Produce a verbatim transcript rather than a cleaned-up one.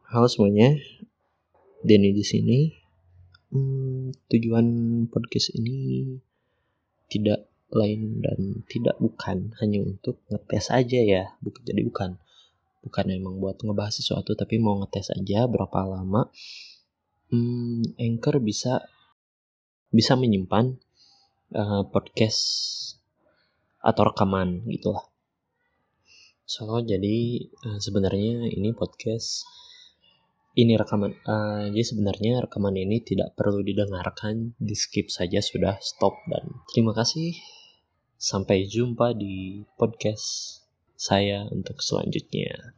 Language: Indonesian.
Halo semuanya, Denny di sini. Hmm, tujuan podcast ini tidak lain dan tidak bukan hanya untuk ngetes aja ya, bukan jadi bukan, bukan emang buat ngebahas sesuatu, tapi mau ngetes aja berapa lama hmm, Anchor bisa bisa menyimpan uh, podcast atau rekaman gitulah. So jadi uh, sebenarnya ini podcast. Ini rekaman, uh, jadi sebenarnya rekaman ini tidak perlu didengarkan, di skip saja sudah stop. Dan terima kasih, sampai jumpa di podcast saya untuk selanjutnya.